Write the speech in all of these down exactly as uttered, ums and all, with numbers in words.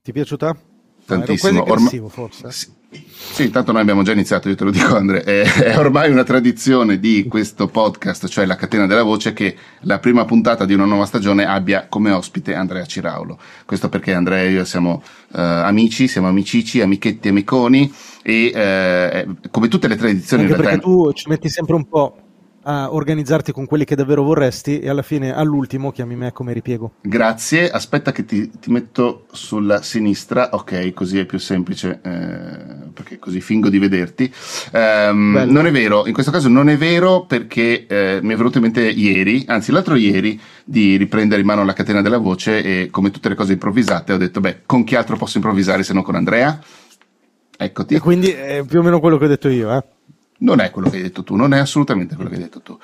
Ti è piaciuta? Tantissimo. No, quasi aggressivo, forse. Sì, sì, intanto noi abbiamo già iniziato, io te lo dico Andre, è, è ormai una tradizione di questo podcast, cioè La Catena della Voce, che la prima puntata di una nuova stagione abbia come ospite Andrea Ciraulo. Questo perché Andrea e io siamo uh, amici, siamo amicici, amichetti, amiconi e uh, come tutte le tradizioni... Anche in realtà, perché tu ci metti sempre un po' a organizzarti con quelli che davvero vorresti e alla fine all'ultimo chiami me come ripiego. Grazie, aspetta che ti, ti metto sulla sinistra, ok, così è più semplice, eh, perché così fingo di vederti. Um, non è vero, in questo caso non è vero perché eh, mi è venuto in mente ieri, anzi l'altro ieri, di riprendere in mano La Catena della Voce e come tutte le cose improvvisate ho detto, beh, con chi altro posso improvvisare se non con Andrea? Eccoti. E quindi è più o meno quello che ho detto io, eh? Non è quello che hai detto tu, non è assolutamente quello che hai detto tu.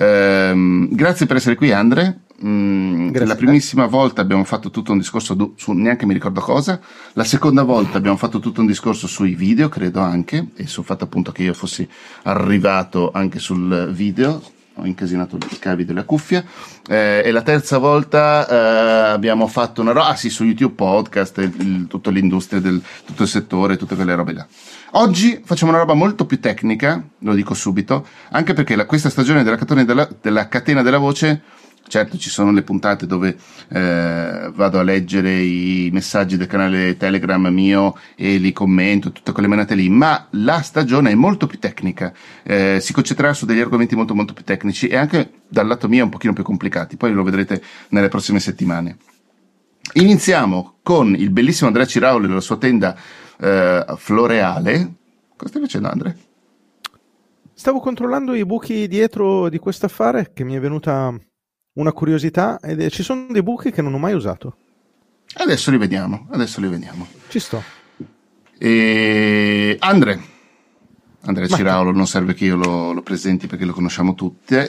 Ehm, grazie per essere qui, Andre. Mm, la primissima volta abbiamo fatto tutto un discorso du- su neanche mi ricordo cosa. La seconda volta abbiamo fatto tutto un discorso sui video, credo anche, e sul fatto appunto che io fossi arrivato anche sul video. Ho incasinato i cavi della cuffia. Eh, e la terza volta eh, abbiamo fatto una roba, ah sì, su YouTube Podcast, il, il, tutta l'industria del tutto il settore, tutte quelle robe là. Oggi facciamo una roba molto più tecnica, lo dico subito, anche perché la, questa stagione della catena della, della catena della voce, certo ci sono le puntate dove eh, vado a leggere i messaggi del canale Telegram mio e li commento, tutte quelle menate lì, ma la stagione è molto più tecnica, eh, si concentrerà su degli argomenti molto molto più tecnici e anche dal lato mio un pochino più complicati, poi lo vedrete nelle prossime settimane. Iniziamo con il bellissimo Andrea Ciraulo e la sua tenda Uh, floreale. Cosa stai facendo, Andre? Stavo controllando i buchi dietro di questo affare che mi è venuta una curiosità ed è, ci sono dei buchi che non ho mai usato. Adesso li vediamo, adesso li vediamo. Ci sto. E... Andre Andrea Ciraulo, non serve che io lo, lo presenti perché lo conosciamo tutti.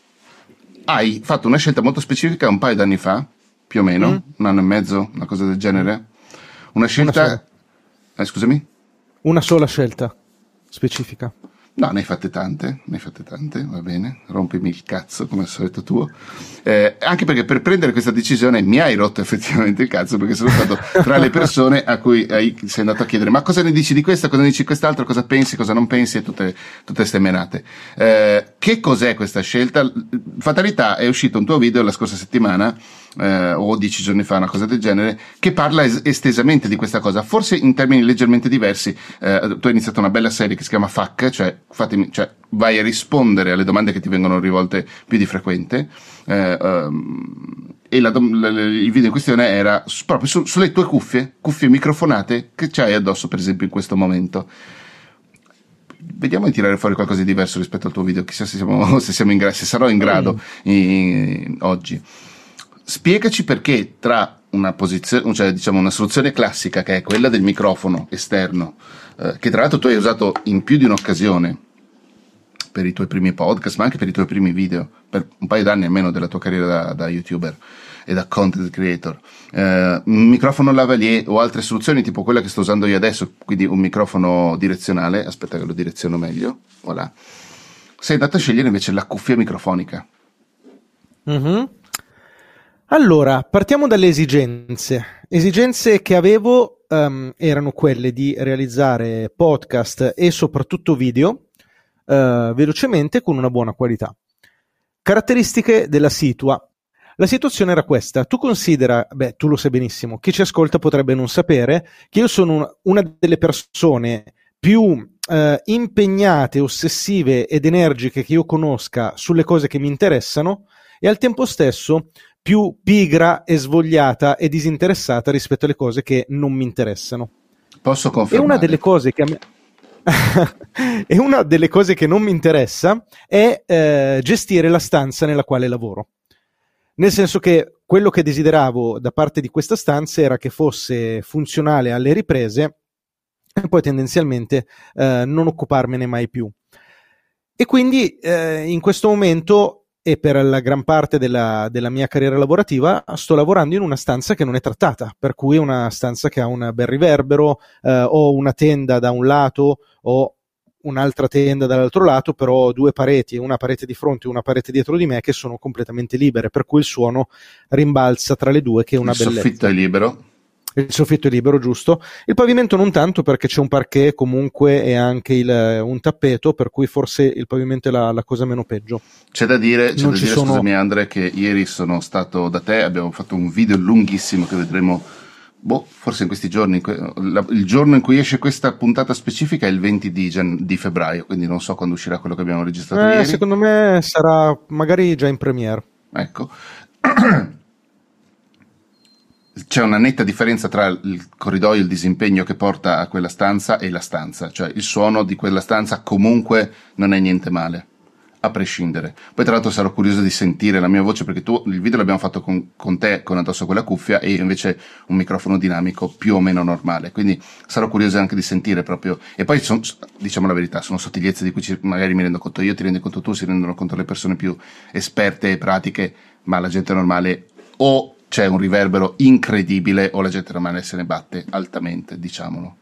Hai fatto una scelta molto specifica un paio d'anni fa, più o meno, mm. un anno e mezzo, una cosa del genere. Una scelta... Una Eh, scusami? Una sola scelta specifica. No, ne hai fatte tante, ne hai fatte tante, va bene, rompimi il cazzo come al solito tuo. Eh, anche perché per prendere questa decisione mi hai rotto effettivamente il cazzo, perché sono stato tra le persone a cui hai, sei andato a chiedere ma cosa ne dici di questa, cosa ne dici di quest'altro, cosa pensi, cosa non pensi e tutte, tutte ste menate. Eh, che cos'è questa scelta? Fatalità, è uscito un tuo video la scorsa settimana, eh, o dieci giorni fa, una cosa del genere, che parla es- estesamente di questa cosa, forse in termini leggermente diversi. Eh, tu hai iniziato una bella serie che si chiama F A Q, cioè Fatemi, cioè, vai a rispondere alle domande che ti vengono rivolte più di frequente, eh, um, e la, la, il video in questione era su, proprio su, sulle tue cuffie, cuffie microfonate che c'hai addosso per esempio in questo momento. Vediamo di tirare fuori qualcosa di diverso rispetto al tuo video, chissà se, siamo, se, siamo in gra- se sarò in grado mm. in, in, oggi. Spiegaci perché tra una posizione, cioè diciamo una soluzione classica che è quella del microfono esterno, eh, che tra l'altro tu hai usato in più di un'occasione per i tuoi primi podcast, ma anche per i tuoi primi video, per un paio d'anni almeno della tua carriera da, da YouTuber e da content creator, eh, un microfono lavalier o altre soluzioni tipo quella che sto usando io adesso, quindi un microfono direzionale, aspetta che lo direziono meglio, voilà. Sei andato a scegliere invece la cuffia microfonica. Mm-hmm. Allora, partiamo dalle esigenze. Esigenze che avevo um, erano quelle di realizzare podcast e soprattutto video Uh, velocemente con una buona qualità. Caratteristiche della Situa. La situazione era questa: tu considera, beh, tu lo sai benissimo, chi ci ascolta potrebbe non sapere che io sono una, una delle persone più uh, impegnate, ossessive ed energiche che io conosca sulle cose che mi interessano e al tempo stesso più pigra e svogliata e disinteressata rispetto alle cose che non mi interessano. Posso confermare. E una delle cose che a me e una delle cose che non mi interessa è eh, gestire la stanza nella quale lavoro, nel senso che quello che desideravo da parte di questa stanza era che fosse funzionale alle riprese e poi tendenzialmente eh, non occuparmene mai più. E quindi eh, in questo momento e per la gran parte della, della mia carriera lavorativa sto lavorando in una stanza che non è trattata, per cui è una stanza che ha un bel riverbero, eh, ho una tenda da un lato, ho un'altra tenda dall'altro lato, però ho due pareti, una parete di fronte e una parete dietro di me che sono completamente libere, per cui il suono rimbalza tra le due, che è una bellezza. Il soffitto è libero? il soffitto è libero, giusto, il pavimento non tanto, perché c'è un parquet comunque e anche il, un tappeto, per cui forse il pavimento è la, la cosa meno peggio. C'è da dire, c'è non da ci dire sono... scusami Andre, che ieri sono stato da te, abbiamo fatto un video lunghissimo che vedremo, boh, forse in questi giorni, il giorno in cui esce questa puntata specifica è il venti di, gen- di febbraio, quindi non so quando uscirà quello che abbiamo registrato eh, ieri. Secondo me sarà magari già in premiere. Ecco. C'è una netta differenza tra il corridoio, il disimpegno che porta a quella stanza e la stanza, cioè il suono di quella stanza comunque non è niente male, a prescindere. Poi tra l'altro sarò curioso di sentire la mia voce, perché tu il video l'abbiamo fatto con, con te con addosso quella cuffia e io invece un microfono dinamico più o meno normale, quindi sarò curioso anche di sentire proprio. E poi son, diciamo la verità, sono sottigliezze di cui ci, magari mi rendo conto io, ti rendi conto tu, si rendono conto le persone più esperte e pratiche, ma la gente normale o c'è un riverbero incredibile o la gente normale se ne batte altamente, diciamolo.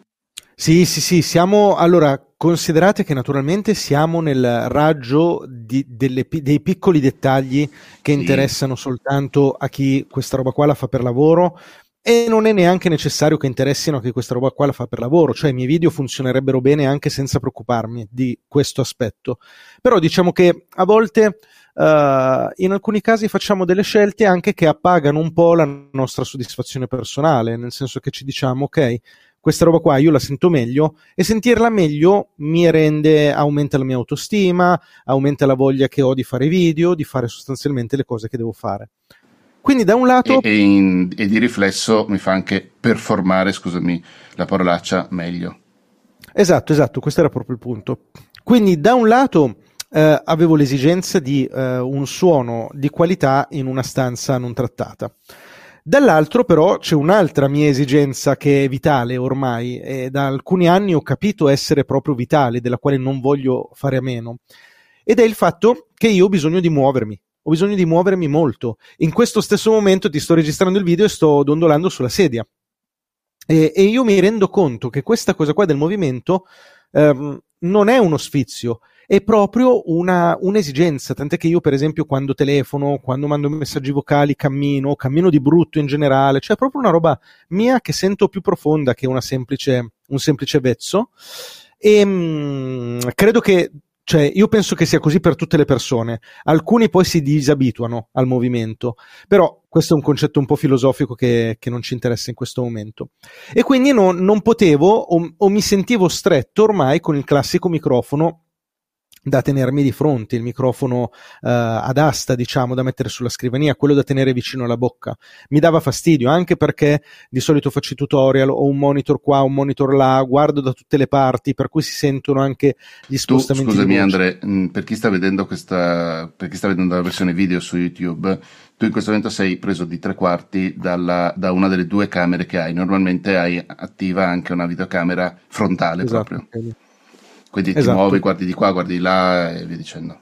Sì, sì, sì, siamo, allora, considerate che naturalmente siamo nel raggio di, delle, dei piccoli dettagli che sì. interessano soltanto a chi questa roba qua la fa per lavoro, e non è neanche necessario che interessino a chi questa roba qua la fa per lavoro, cioè i miei video funzionerebbero bene anche senza preoccuparmi di questo aspetto. Però diciamo che a volte Uh, in alcuni casi facciamo delle scelte anche che appagano un po' la nostra soddisfazione personale, nel senso che ci diciamo ok, questa roba qua io la sento meglio, e sentirla meglio mi rende, aumenta la mia autostima, aumenta la voglia che ho di fare video, di fare sostanzialmente le cose che devo fare. Quindi da un lato e, e, in, e di riflesso mi fa anche performare, scusami la parolaccia, meglio. Esatto, esatto, questo era proprio il punto. Quindi da un lato Uh, avevo l'esigenza di uh, un suono di qualità in una stanza non trattata. Dall'altro però c'è un'altra mia esigenza che è vitale ormai, e da alcuni anni ho capito essere proprio vitale, della quale non voglio fare a meno, ed è il fatto che io ho bisogno di muovermi. Ho bisogno di muovermi molto. In questo stesso momento ti sto registrando il video e sto dondolando sulla sedia. E, e io mi rendo conto che questa cosa qua del movimento um, non è uno sfizio, è proprio una, un'esigenza, tant'è che io per esempio quando telefono, quando mando messaggi vocali, cammino, cammino di brutto in generale, cioè proprio una roba mia che sento più profonda che una semplice, un semplice vezzo, e mh, credo che, cioè io penso che sia così per tutte le persone, alcuni poi si disabituano al movimento, però questo è un concetto un po' filosofico che, che non ci interessa in questo momento, e quindi no, non potevo o, o mi sentivo stretto ormai con il classico microfono da tenermi di fronte, il microfono uh, ad asta, diciamo, da mettere sulla scrivania, quello da tenere vicino alla bocca. Mi dava fastidio, anche perché di solito faccio i tutorial, ho un monitor qua, un monitor là, guardo da tutte le parti, per cui si sentono anche gli spostamenti. Tu, scusami di Andre, per chi sta vedendo questa, per chi sta vedendo la versione video su YouTube, tu in questo momento sei preso di tre quarti dalla, da una delle due camere che hai. Normalmente hai attiva anche una videocamera frontale, esatto, proprio. Okay. Quindi ti esatto. muovi, guardi di qua, guardi di là e via dicendo.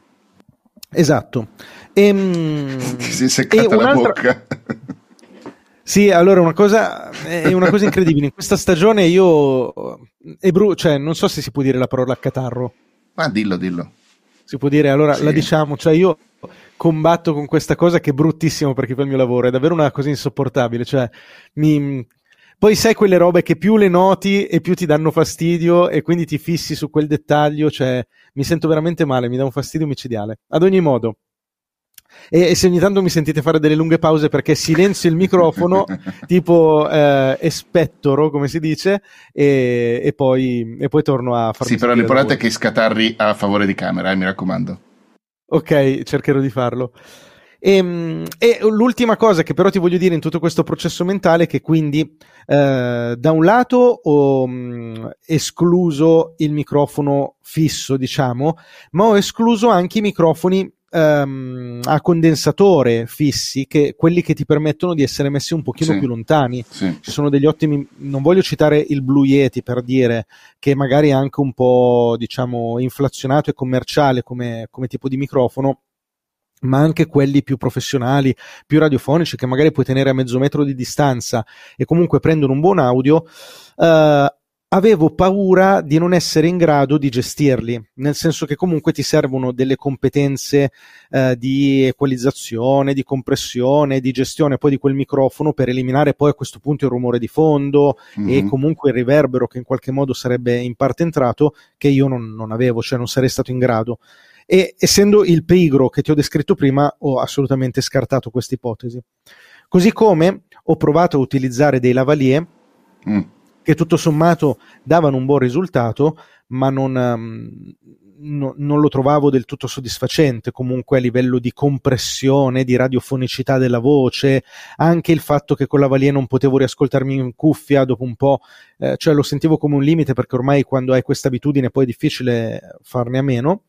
Esatto. Ehm, Ti si è seccata la bocca. Sì, allora una cosa è una cosa incredibile. In questa stagione io è bru- cioè non so se si può dire la parola catarro. Ma dillo, dillo. Si può dire, allora sì. La diciamo, cioè io combatto con questa cosa che è bruttissimo perché fa il mio lavoro, è davvero una cosa insopportabile, cioè mi poi sai quelle robe che più le noti e più ti danno fastidio e quindi ti fissi su quel dettaglio, cioè mi sento veramente male, mi dà un fastidio micidiale. Ad ogni modo, e, e se ogni tanto mi sentite fare delle lunghe pause perché silenzio il microfono, tipo eh, espettoro, come si dice, e, e, poi, e poi torno a farmi. Sì, però l'importante è che scatarri a favore di camera, eh, mi raccomando. Ok, cercherò di farlo. E, e l'ultima cosa che però ti voglio dire in tutto questo processo mentale è che quindi eh, da un lato ho mh, escluso il microfono fisso, diciamo, ma ho escluso anche i microfoni ehm, a condensatore fissi, che quelli che ti permettono di essere messi un pochino sì, più lontani. Sì. Ci sono degli ottimi, non voglio citare il Blue Yeti per dire, che magari è anche un po', diciamo, inflazionato e commerciale come, come tipo di microfono, ma anche quelli più professionali, più radiofonici, che magari puoi tenere a mezzo metro di distanza e comunque prendono un buon audio. Uh, avevo paura di non essere in grado di gestirli, nel senso che comunque ti servono delle competenze eh, di equalizzazione, di compressione, di gestione poi di quel microfono per eliminare poi a questo punto il rumore di fondo mm-hmm. e comunque il riverbero che in qualche modo sarebbe in parte entrato, che io non, non avevo, cioè non sarei stato in grado. E essendo il pigro che ti ho descritto prima, ho assolutamente scartato questa ipotesi. Così come ho provato a utilizzare dei lavalier mm. che tutto sommato davano un buon risultato, ma non, um, no, non lo trovavo del tutto soddisfacente, comunque a livello di compressione, di radiofonicità della voce, anche il fatto che con lavalier non potevo riascoltarmi in cuffia dopo un po', eh, cioè lo sentivo come un limite, perché ormai quando hai questa abitudine poi è difficile farne a meno.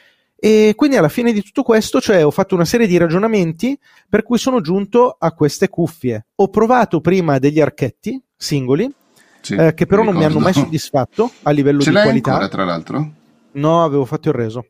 E quindi alla fine di tutto questo, cioè, ho fatto una serie di ragionamenti per cui sono giunto a queste cuffie. Ho provato prima degli archetti singoli, sì, eh, che però non mi hanno mai soddisfatto a livello Ce di l'hai qualità. Ancora, tra l'altro? No, avevo fatto il reso.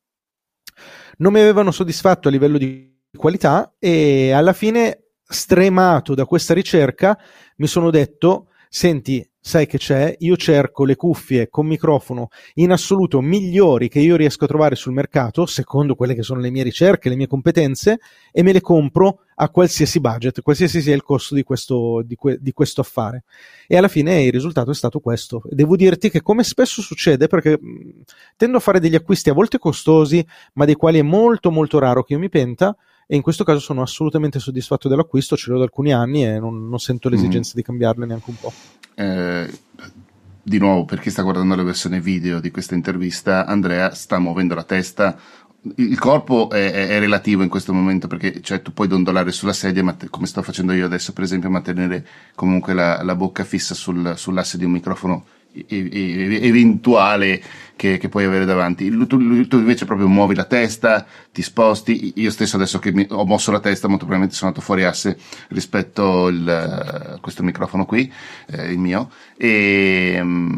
Non mi avevano soddisfatto a livello di qualità e alla fine, stremato da questa ricerca, mi sono detto: senti, sai che c'è? Io cerco le cuffie con microfono in assoluto migliori che io riesco a trovare sul mercato, secondo quelle che sono le mie ricerche, le mie competenze, e me le compro a qualsiasi budget, qualsiasi sia il costo di questo, di que- di questo affare. E alla fine il risultato è stato questo. Devo dirti che, come spesso succede, perché mh, tendo a fare degli acquisti a volte costosi, ma dei quali è molto molto raro che io mi penta, e in questo caso sono assolutamente soddisfatto dell'acquisto, ce l'ho da alcuni anni e non, non sento l'esigenza mm. di cambiarle neanche un po'. Eh, di nuovo, per chi sta guardando la versione video di questa intervista, Andrea sta muovendo la testa. Il corpo è, è, è relativo in questo momento, perché cioè, tu puoi dondolare sulla sedia, ma te, come sto facendo io adesso per esempio, ma tenere comunque la, la bocca fissa sul, sull'asse di un microfono e, e, eventuale che, che puoi avere davanti. Tu, tu invece proprio muovi la testa, ti sposti. Io stesso adesso che mi, ho mosso la testa, molto probabilmente sono andato fuori asse rispetto a questo microfono qui, eh, il mio, e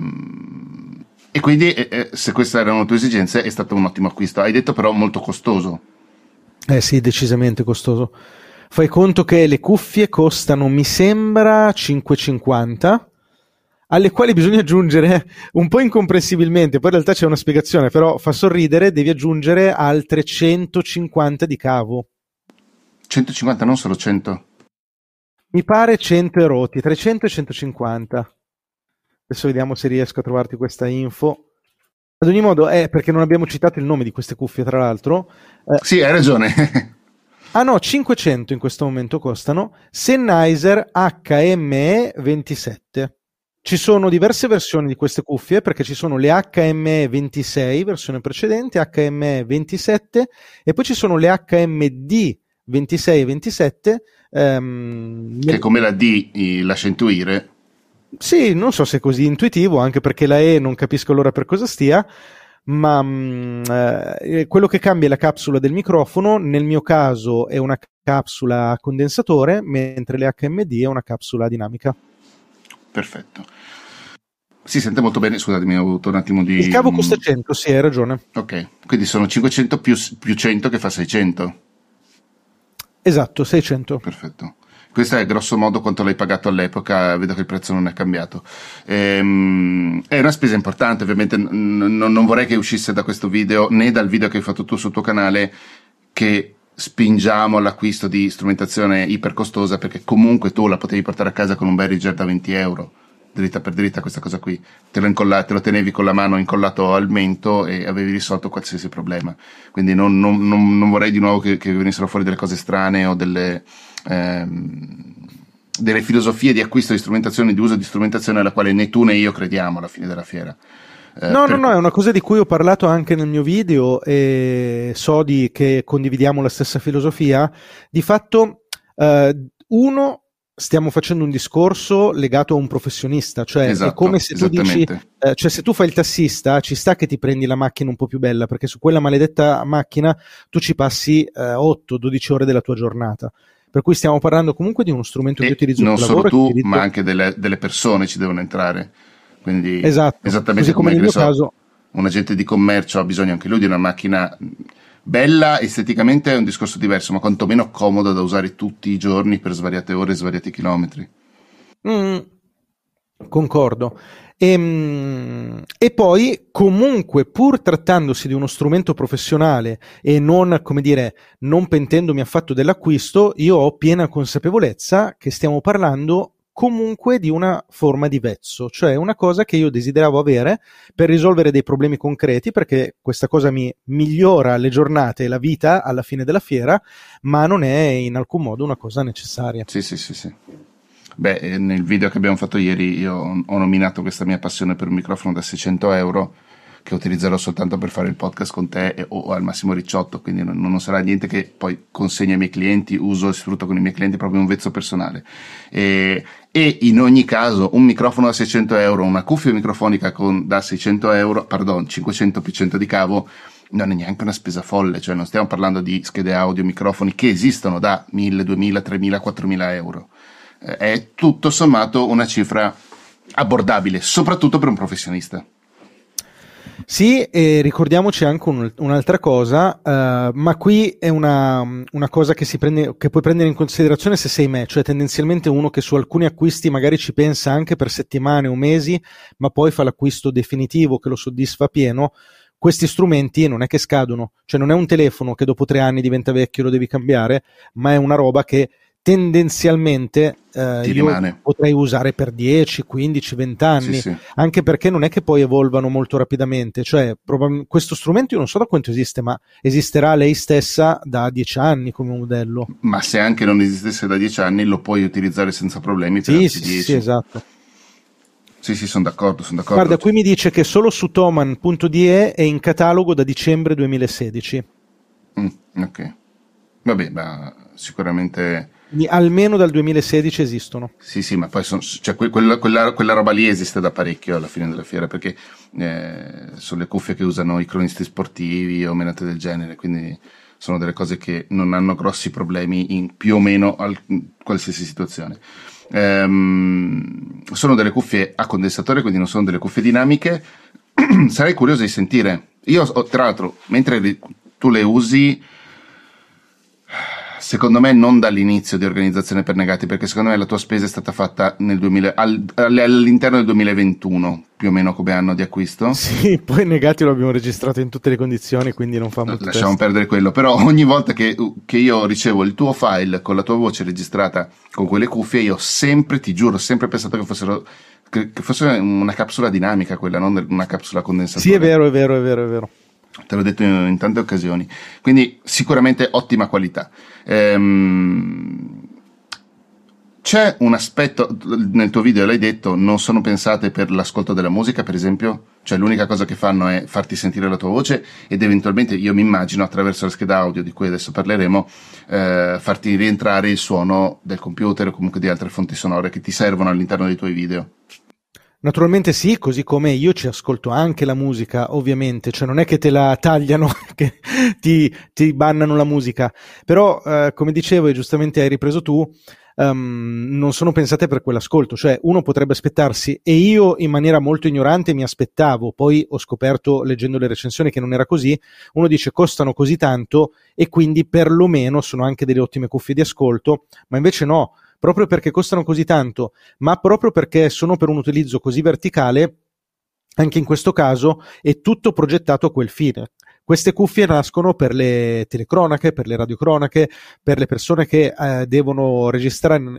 um, E quindi, eh, se queste erano le tue esigenze, è stato un ottimo acquisto. Hai detto però molto costoso. Eh sì, decisamente costoso. Fai conto che le cuffie costano, mi sembra, cinque e cinquanta, alle quali bisogna aggiungere, un po' incomprensibilmente, poi in realtà c'è una spiegazione, però fa sorridere, devi aggiungere altre centocinquanta di cavo. centocinquanta, non solo cento? Mi pare cento e rotti, trecento e centocinquanta. Adesso vediamo se riesco a trovarti questa info. Ad ogni modo, è perché non abbiamo citato il nome di queste cuffie, tra l'altro. Eh, sì, hai ragione. ah no, cinquecento in questo momento costano. Sennheiser H M E ventisette. Ci sono diverse versioni di queste cuffie, perché ci sono le H M E ventisei, versione precedente, H M E ventisette, e poi ci sono le H M D ventisei e ventisette. Ehm, che come la D lascia intuire. Sì, non so se è così intuitivo, anche perché la E non capisco l'ora per cosa stia, ma mh, eh, quello che cambia è la capsula del microfono. Nel mio caso è una capsula a condensatore, mentre le H M D è una capsula dinamica. Perfetto. Si sente molto bene, scusatemi, ho avuto un attimo di... Il cavo costa cento, sì, hai ragione. Ok, quindi sono cinquecento più, più cento che fa seicento. Esatto, seicento. Perfetto. Questo è grosso modo quanto l'hai pagato all'epoca, vedo che il prezzo non è cambiato. Ehm, è una spesa importante, ovviamente n- n- non vorrei che uscisse da questo video, né dal video che hai fatto tu sul tuo canale, che spingiamo all'acquisto di strumentazione ipercostosa, perché comunque tu la potevi portare a casa con un Behringer da venti euro, dritta per dritta questa cosa qui. Te lo, incolla- te lo tenevi con la mano incollato al mento e avevi risolto qualsiasi problema. Quindi non, non, non, non vorrei di nuovo che, che venissero fuori delle cose strane o delle... Ehm, delle filosofie di acquisto di strumentazione, di uso di strumentazione alla quale né tu né io crediamo alla fine della fiera. Eh, no, per... no, no, è una cosa di cui ho parlato anche nel mio video e so di che condividiamo la stessa filosofia. Di fatto, eh, uno, stiamo facendo un discorso legato a un professionista, cioè esatto, è come se tu dici, eh, cioè se tu fai il tassista, ci sta che ti prendi la macchina un po' più bella, perché su quella maledetta macchina tu ci passi eh, otto dodici ore della tua giornata. Per cui stiamo parlando comunque di uno strumento e che utilizzo non per solo lavoro, tu, utilizzo... ma anche delle, delle persone ci devono entrare. Quindi esatto, esattamente così come, come nel mio so, caso. Un agente di commercio ha bisogno anche lui di una macchina bella, esteticamente è un discorso diverso, ma quantomeno comoda da usare tutti i giorni per svariate ore e svariati chilometri. Mm, concordo. E, e poi comunque, pur trattandosi di uno strumento professionale e non, come dire, non pentendomi affatto dell'acquisto, io ho piena consapevolezza che stiamo parlando comunque di una forma di vezzo, cioè una cosa che io desideravo avere per risolvere dei problemi concreti, perché questa cosa mi migliora le giornate e la vita alla fine della fiera, ma non è in alcun modo una cosa necessaria. Sì, sì, sì, sì. Beh, nel video che abbiamo fatto ieri io ho nominato questa mia passione per un microfono da seicento euro che utilizzerò soltanto per fare il podcast con te e, o, o al massimo ricciotto, quindi non, non sarà niente che poi consegno ai miei clienti, uso e sfrutto con i miei clienti, proprio un vezzo personale. E, e in ogni caso un microfono da seicento euro, una cuffia microfonica con, da seicento euro, pardon, cinquecento più cento di cavo, non è neanche una spesa folle, cioè non stiamo parlando di schede audio, microfoni che esistono da mille, duemila, tremila, quattromila euro. Eh, è tutto sommato una cifra abbordabile, soprattutto per un professionista. Sì, e ricordiamoci anche un, un'altra cosa, uh, ma qui è una, una cosa che si prende, che puoi prendere in considerazione se sei me, cioè tendenzialmente uno che su alcuni acquisti magari ci pensa anche per settimane o mesi, ma poi fa l'acquisto definitivo che lo soddisfa pieno. Questi strumenti non è che scadono, cioè non è un telefono che dopo tre anni diventa vecchio e lo devi cambiare, ma è una roba che tendenzialmente eh, io rimane. Potrei usare per dieci, quindici, venti anni, sì, sì. Anche perché non è che poi evolvano molto rapidamente, cioè probab- questo strumento io non so da quanto esiste, ma esisterà lei stessa da dieci anni come modello. Ma se anche non esistesse da dieci anni lo puoi utilizzare senza problemi per sì, altri sì, dieci. Sì, esatto. Sì, sì, sono d'accordo, sono d'accordo. Guarda, qui mi dice che solo su Thomann punto d e è in catalogo da dicembre duemilasedici. Mm, ok. Vabbè, ma sicuramente... Almeno dal duemilasedici esistono. Sì, sì, ma poi sono, cioè, quella, quella, quella roba lì esiste da parecchio alla fine della fiera, perché eh, sono le cuffie che usano i cronisti sportivi o menate del genere, quindi sono delle cose che non hanno grossi problemi in più o meno al, in qualsiasi situazione. Ehm, sono delle cuffie a condensatore, quindi non sono delle cuffie dinamiche. Sarei curioso di sentire. Io, tra l'altro, mentre le, tu le usi, secondo me non dall'inizio di Organizzazione per Negati, perché secondo me la tua spesa è stata fatta nel duemila, al, all'interno del duemilaventuno, più o meno come anno di acquisto. Sì, poi Negati lo abbiamo registrato in tutte le condizioni, quindi non fa molto Lasciamo testo. perdere quello, però ogni volta che, che io ricevo il tuo file con la tua voce registrata con quelle cuffie, io sempre, ti giuro, ho sempre pensato che fossero che, che fosse una capsula dinamica quella, non una capsula condensatore. Sì, è vero, è vero, è vero, è vero. Te l'ho detto in, in tante occasioni, quindi sicuramente ottima qualità. Ehm, c'è un aspetto nel tuo video, l'hai detto, non sono pensate per l'ascolto della musica, per esempio, cioè l'unica cosa che fanno è farti sentire la tua voce ed eventualmente, io mi immagino, attraverso la scheda audio di cui adesso parleremo, eh, farti rientrare il suono del computer o comunque di altre fonti sonore che ti servono all'interno dei tuoi video. Naturalmente sì, così come io ci ascolto anche la musica, ovviamente, cioè non è che te la tagliano, che ti, ti bannano la musica, però eh, come dicevo e giustamente hai ripreso tu, um, non sono pensate per quell'ascolto, cioè uno potrebbe aspettarsi, e io in maniera molto ignorante mi aspettavo, poi ho scoperto leggendo le recensioni che non era così, uno dice costano così tanto e quindi perlomeno sono anche delle ottime cuffie di ascolto, ma invece no. Proprio perché costano così tanto, ma proprio perché sono per un utilizzo così verticale, anche in questo caso è tutto progettato a quel fine. Queste cuffie nascono per le telecronache, per le radiocronache, per le persone che eh, devono registrare in,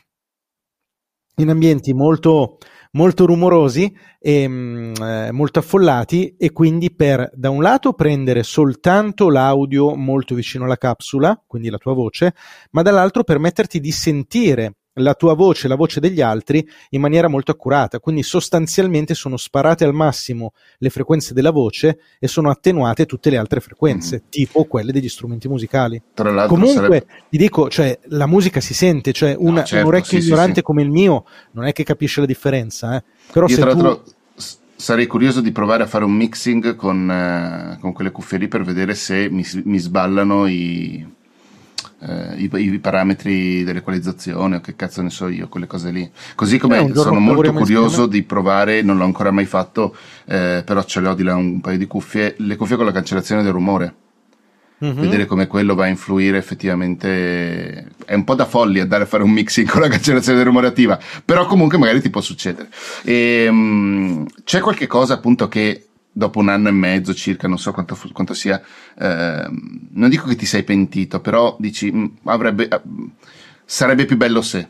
in ambienti molto, molto rumorosi e mh, molto affollati, e quindi per, da un lato, prendere soltanto l'audio molto vicino alla capsula, quindi la tua voce, ma dall'altro permetterti di sentire la tua voce, la voce degli altri in maniera molto accurata, quindi sostanzialmente sono sparate al massimo le frequenze della voce e sono attenuate tutte le altre frequenze, mm-hmm. tipo quelle degli strumenti musicali. Tra l'altro comunque sarebbe... ti dico, cioè la musica si sente, cioè una, no, certo, un orecchio sì, ignorante sì, sì. come il mio non è che capisce la differenza, eh. Però io se tra tu... l'altro sarei curioso di provare a fare un mixing con, eh, con quelle cuffie lì per vedere se mi, mi sballano i Uh, i, i parametri dell'equalizzazione o che cazzo ne so io, quelle cose lì, così come eh, sono molto curioso di provare, non l'ho ancora mai fatto, eh, però ce le ho di là un paio di cuffie, le cuffie con la cancellazione del rumore, mm-hmm. vedere come quello va a influire effettivamente. È un po' da folli andare a fare un mixing con la cancellazione remunerativa, però comunque magari ti può succedere. E, um, c'è qualche cosa appunto che dopo un anno e mezzo circa, non so quanto, quanto sia, eh, non dico che ti sei pentito, però dici mh, avrebbe, uh, sarebbe più bello se.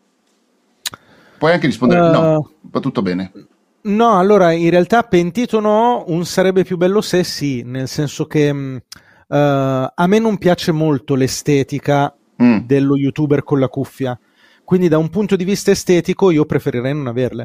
Puoi anche rispondere uh, no, va tutto bene. No, allora in realtà pentito no, un sarebbe più bello se sì, nel senso che uh, a me non piace molto l'estetica mm. dello youtuber con la cuffia, quindi da un punto di vista estetico io preferirei non averle.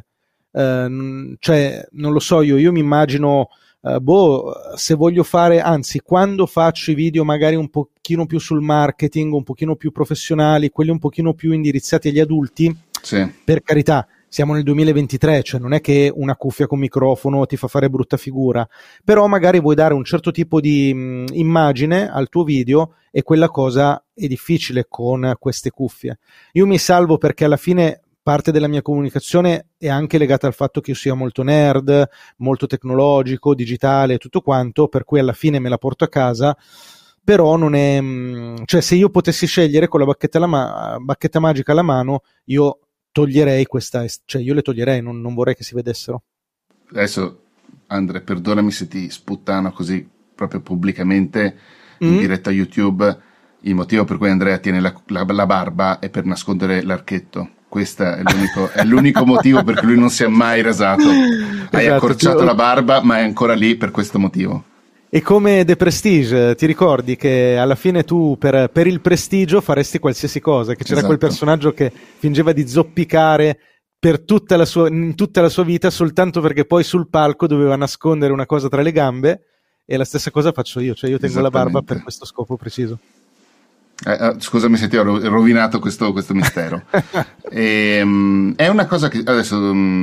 Uh, cioè non lo so, io, io mi immagino uh, boh, se voglio fare, anzi quando faccio i video magari un pochino più sul marketing, un pochino più professionali, quelli un pochino più indirizzati agli adulti, sì. Per carità, siamo nel duemilaventitré, cioè non è che una cuffia con microfono ti fa fare brutta figura, però magari vuoi dare un certo tipo di mh, immagine al tuo video e quella cosa è difficile con queste cuffie. Io mi salvo perché alla fine parte della mia comunicazione è anche legata al fatto che io sia molto nerd, molto tecnologico, digitale, tutto quanto, per cui alla fine me la porto a casa, però non è, cioè se io potessi scegliere con la bacchetta, alla ma- bacchetta magica alla mano, io toglierei questa, cioè io le toglierei, non, non vorrei che si vedessero. Adesso Andre, perdonami se ti sputtano così proprio pubblicamente in mm. diretta YouTube, il motivo per cui Andrea tiene la, la, la barba è per nascondere l'archetto. Questo è l'unico, è l'unico motivo per cui lui non si è mai rasato. Hai esatto, accorciato tu... la barba, ma è ancora lì per questo motivo. E come The Prestige, ti ricordi che alla fine tu per, per il prestigio faresti qualsiasi cosa, che c'era esatto. quel personaggio che fingeva di zoppicare per tutta la sua, in tutta la sua vita soltanto perché poi sul palco doveva nascondere una cosa tra le gambe, e la stessa cosa faccio io, cioè io tengo la barba per questo scopo preciso. Eh, eh, scusami se ti ho rovinato questo, questo mistero. e, um, è una cosa che adesso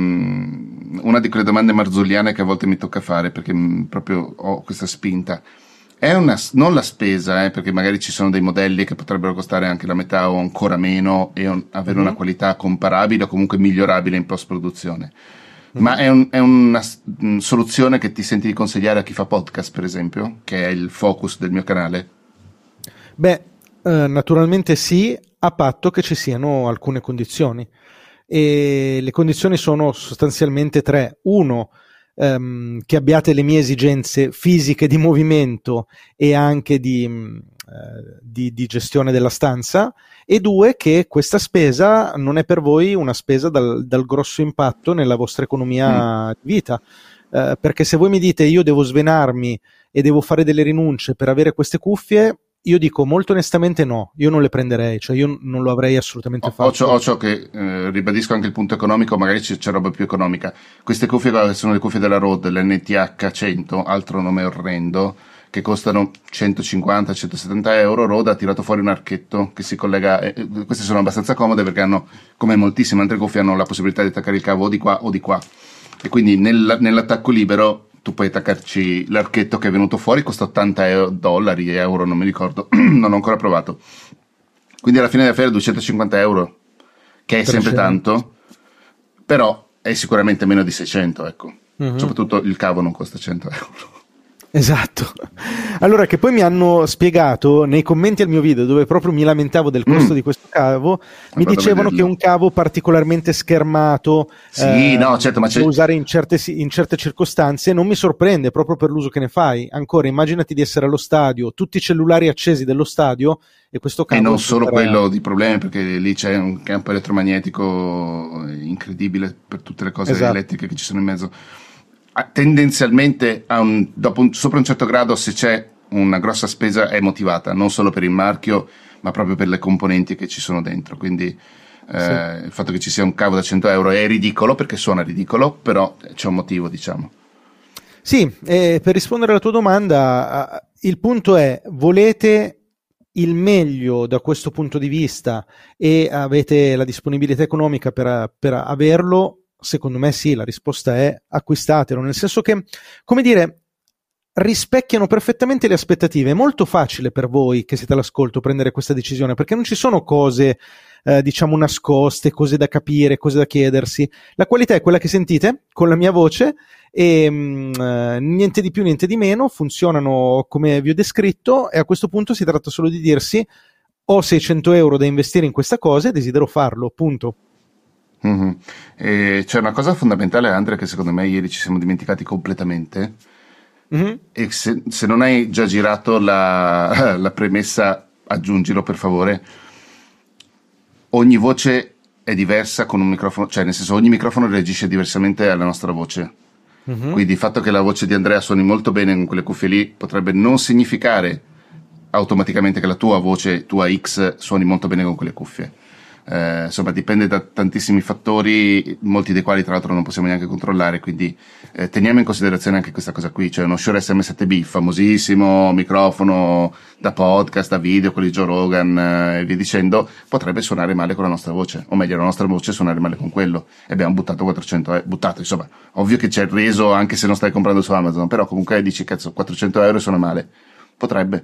um, una di quelle domande marzulliane che a volte mi tocca fare perché um, proprio ho questa spinta. È una, non la spesa, eh, perché magari ci sono dei modelli che potrebbero costare anche la metà o ancora meno e un, avere mm-hmm. una qualità comparabile o comunque migliorabile in post-produzione. Mm-hmm. Ma è, un, è una um, soluzione che ti senti di consigliare a chi fa podcast, per esempio, che è il focus del mio canale? Beh, Uh, naturalmente sì, a patto che ci siano alcune condizioni, e le condizioni sono sostanzialmente tre. Uno, um, che abbiate le mie esigenze fisiche di movimento e anche di, uh, di, di gestione della stanza, e due, che questa spesa non è per voi una spesa dal, dal grosso impatto nella vostra economia mm. di vita, uh, perché se voi mi dite io devo svenarmi e devo fare delle rinunce per avere queste cuffie, io dico molto onestamente no, io non le prenderei, cioè io non lo avrei assolutamente fatto. Ho ciò, ho ciò che eh, ribadisco anche il punto economico, magari c'è, c'è roba più economica. Queste cuffie sono le cuffie della Rode, l'N T H cento, altro nome orrendo, che costano centocinquanta centosettanta euro. Rode ha tirato fuori un archetto che si collega, eh, queste sono abbastanza comode perché hanno, come moltissime altre cuffie, hanno la possibilità di attaccare il cavo o di qua o di qua, e quindi nel, nell'attacco libero tu puoi attaccarci l'archetto che è venuto fuori, costa ottanta euro, dollari, euro, non mi ricordo, non ho ancora provato. Quindi alla fine della fiera duecentocinquanta euro, che è sempre tanto, però è sicuramente meno di seicento, ecco. Mm-hmm. Soprattutto il cavo non costa cento euro. Esatto. Allora, che poi mi hanno spiegato nei commenti al mio video, dove proprio mi lamentavo del costo mm. di questo cavo, mi Vado dicevano che un cavo particolarmente schermato sì, eh, no, certo, ma c'è... da usare in certe, in certe circostanze. Non mi sorprende proprio per l'uso che ne fai. Ancora, immaginati di essere allo stadio, tutti i cellulari accesi dello stadio, e questo cavo... E non solo sarà... quello di problemi, perché lì c'è un campo elettromagnetico incredibile per tutte le cose esatto. elettriche che ci sono in mezzo. Tendenzialmente a un, dopo un, sopra un certo grado, se c'è una grossa spesa, è motivata non solo per il marchio ma proprio per le componenti che ci sono dentro, quindi eh, sì. il fatto che ci sia un cavo da cento euro è ridicolo, perché suona ridicolo, però c'è un motivo, diciamo. Sì, e per rispondere alla tua domanda, il punto è: volete il meglio da questo punto di vista e avete la disponibilità economica per, per averlo? Secondo me sì, la risposta è acquistatelo, nel senso che, come dire, rispecchiano perfettamente le aspettative. È molto facile per voi che siete all'ascolto prendere questa decisione, perché non ci sono cose eh, diciamo nascoste, cose da capire, cose da chiedersi. La qualità è quella che sentite con la mia voce e mh, niente di più, niente di meno, funzionano come vi ho descritto e a questo punto si tratta solo di dirsi: ho seicento euro da investire in questa cosa e desidero farlo, punto. Mm-hmm. E c'è una cosa fondamentale, Andrea, che secondo me ieri ci siamo dimenticati completamente. Mm-hmm. E se, se non hai già girato la, la premessa, aggiungilo per favore. Ogni voce è diversa con un microfono, cioè nel senso ogni microfono reagisce diversamente alla nostra voce. Mm-hmm. Quindi il fatto che la voce di Andrea suoni molto bene con quelle cuffie lì potrebbe non significare automaticamente che la tua voce, tua X, suoni molto bene con quelle cuffie. Eh, insomma, dipende da tantissimi fattori, molti dei quali tra l'altro non possiamo neanche controllare, quindi eh, teniamo in considerazione anche questa cosa qui. Cioè uno Shure S M sette B, famosissimo microfono da podcast, da video, quelli di Joe Rogan eh, e via dicendo, potrebbe suonare male con la nostra voce, o meglio la nostra voce suonare male con quello, e abbiamo buttato quattrocento euro, buttato insomma, ovvio che c'è il reso anche se non stai comprando su Amazon, però comunque dici cazzo quattrocento euro suona male, potrebbe.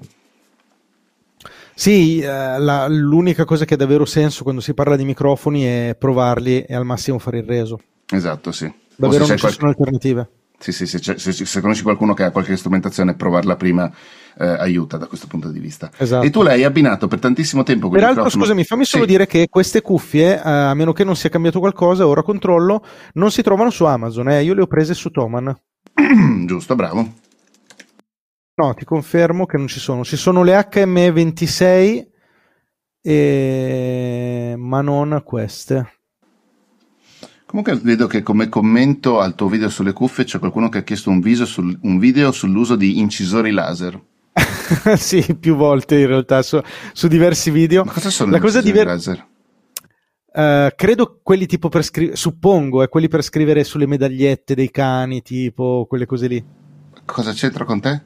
Sì, eh, la, l'unica cosa che ha davvero senso quando si parla di microfoni è provarli e al massimo fare il reso. Esatto, sì. Davvero non ci qualche... sono alternative. Sì, sì, se, se, se conosci qualcuno che ha qualche strumentazione, provarla prima eh, aiuta da questo punto di vista. Esatto. E tu l'hai abbinato per tantissimo tempo con Peraltro, microfono... scusami, fammi solo sì. dire che queste cuffie, eh, a meno che non sia cambiato qualcosa, ora controllo, non si trovano su Amazon, eh. Io le ho prese su Thomann. Giusto, bravo. No, ti confermo che non ci sono. Ci sono le H M ventisei, e... ma non queste. Comunque vedo che come commento al tuo video sulle cuffie c'è qualcuno che ha chiesto un, viso sul, un video sull'uso di incisori laser. Sì, più volte in realtà, su, su diversi video. Ma cosa sono La gli cosa incisori diver- laser? Uh, credo quelli tipo per scrivere, suppongo, è quelli per scrivere sulle medagliette dei cani, tipo quelle cose lì. Cosa c'entra con te?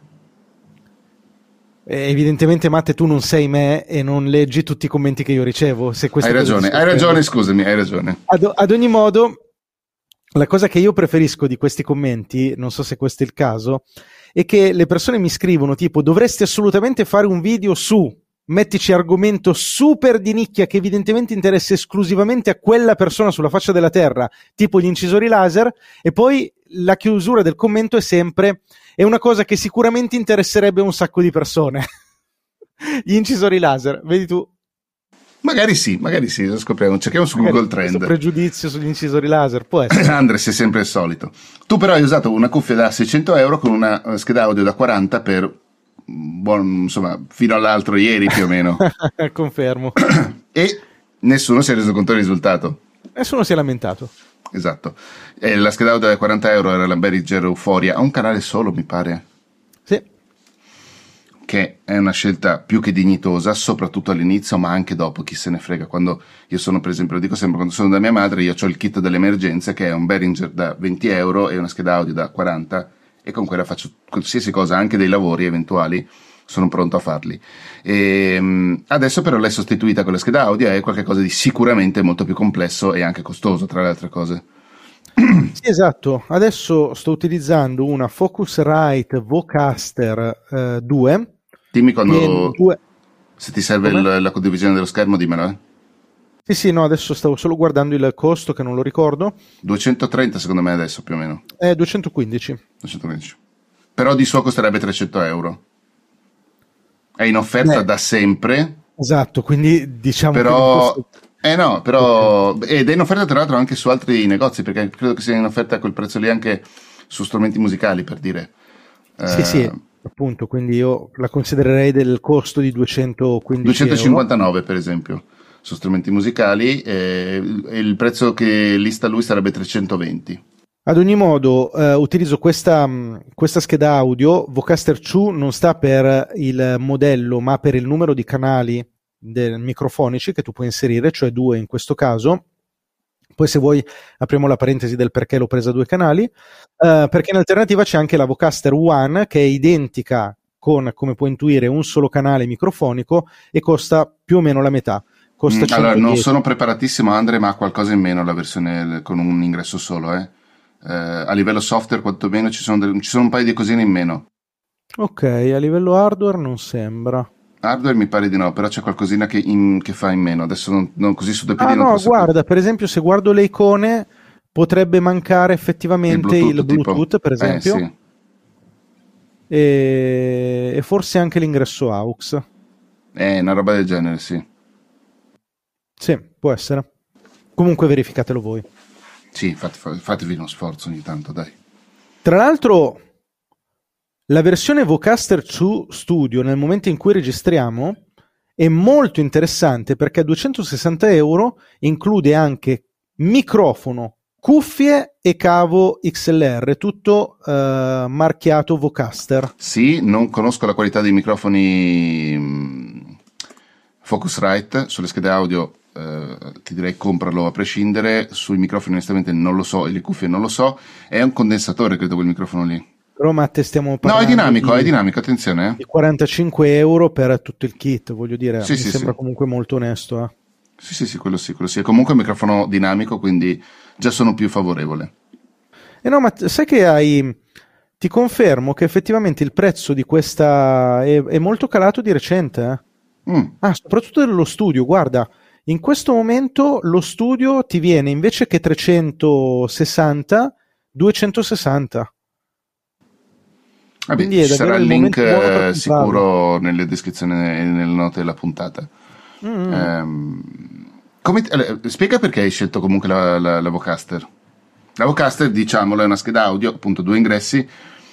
Eh, evidentemente, Matte, tu non sei me e non leggi tutti i commenti che io ricevo. Se hai ragione, hai ragione, scusami, hai ragione. Ad, ad ogni modo, la cosa che io preferisco di questi commenti, non so se questo è il caso, è che le persone mi scrivono tipo: dovresti assolutamente fare un video su, mettici argomento super di nicchia che evidentemente interessa esclusivamente a quella persona sulla faccia della terra, tipo gli incisori laser, e poi la chiusura del commento è sempre: è una cosa che sicuramente interesserebbe un sacco di persone. Gli incisori laser, vedi tu? Magari sì, magari sì, lo scopriamo, cerchiamo su Magari Google Trend. Questo pregiudizio sugli incisori laser, può essere. Andre, sei sempre il solito. Tu però hai usato una cuffia da seicento euro con una scheda audio da quaranta per, buon, insomma, fino all'altro ieri più o meno. Confermo. E nessuno si è reso conto del risultato. Nessuno si è lamentato. Esatto. E la scheda audio da quaranta euro era la Behringer Euphoria, ha un canale solo mi pare. Sì. Che è una scelta più che dignitosa, soprattutto all'inizio, ma anche dopo, chi se ne frega. Quando io sono, per esempio, lo dico sempre, quando sono da mia madre, io ho il kit delle emergenze, che è un Behringer da venti euro e una scheda audio da quaranta, e con quella faccio qualsiasi cosa, anche dei lavori eventuali, sono pronto a farli. E adesso però l'hai sostituita con la scheda audio, è qualcosa di sicuramente molto più complesso e anche costoso, tra le altre cose. Sì, esatto. Adesso sto utilizzando una Focusrite Vocaster eh, due. Dimmi quando, due... se ti serve il, la condivisione dello schermo, dimmelo. Eh. Sì, sì, no, adesso stavo solo guardando il costo che non lo ricordo. duecentotrenta secondo me adesso più o meno. È duecentoquindici. duecentoquindici. Però di suo costerebbe trecento euro. È in offerta Beh, da sempre. Esatto, quindi diciamo però... che... Costo... Eh no, però... Ed è in offerta tra l'altro anche su altri negozi, perché credo che sia in offerta a quel prezzo lì anche su strumenti musicali, per dire. Sì, eh... sì, appunto, quindi io la considererei del costo di duecentoquindici duecentocinquantanove euro. Per esempio, su strumenti musicali, e il prezzo che lista lui sarebbe trecentoventi. Ad ogni modo, eh, utilizzo questa, questa scheda audio. Vocaster due non sta per il modello, ma per il numero di canali del microfonici che tu puoi inserire, cioè due in questo caso. Poi se vuoi apriamo la parentesi del perché l'ho presa a due canali, eh, perché in alternativa c'è anche la Vocaster One, che è identica con, come puoi intuire, un solo canale microfonico e costa più o meno la metà. Costa mm, allora, non sono preparatissimo, Andre, ma ha qualcosa in meno la versione con un ingresso solo, eh. Uh, a livello software quantomeno ci sono, del, ci sono un paio di cosine in meno. Ok, a livello hardware non sembra. Hardware mi pare di no, però c'è qualcosina che, in, che fa in meno. Adesso non, non così su due piedi Ah non no, posso guarda, per esempio se guardo le icone potrebbe mancare effettivamente il il Bluetooth, Bluetooth, tipo. per esempio, Eh, sì. e... e forse anche l'ingresso A U X. Eh, una roba del genere, sì. Sì, può essere. Comunque verificatelo voi. Sì, fate, fatevi uno sforzo ogni tanto, dai. Tra l'altro, la versione Vocaster due Studio, nel momento in cui registriamo, è molto interessante perché a duecentosessanta euro include anche microfono, cuffie e cavo X L R, tutto eh, marchiato Vocaster. Sì, non conosco la qualità dei microfoni mh, Focusrite, sulle schede audio eh, ti direi compralo a prescindere, sui microfoni onestamente non lo so e le cuffie non lo so, è un condensatore credo quel microfono lì. Però Matte stiamo No, parlando è dinamico, di, è dinamico, attenzione. Eh. di quarantacinque euro per tutto il kit, voglio dire, Sì, mi sì, sembra sì. comunque molto onesto. Eh. Sì, sì, sì, quello sì, quello sì. È comunque un microfono dinamico, quindi già sono più favorevole. E no, ma sai che hai... Ti confermo che effettivamente il prezzo di questa è, è molto calato di recente. Eh? Mm. Ah, soprattutto dello studio. Guarda, in questo momento lo studio ti viene invece che trecentosessanta, duecentosessanta. Vabbè, Quindi è ci sarà davvero il il link momento buono per eh, comprarlo. sicuro nelle descrizioni e nelle note della puntata. Mm. Ehm, come ti- allora, spiega perché hai scelto comunque la, la, la Vocaster. La Vocaster, diciamolo, è una scheda audio, appunto due ingressi,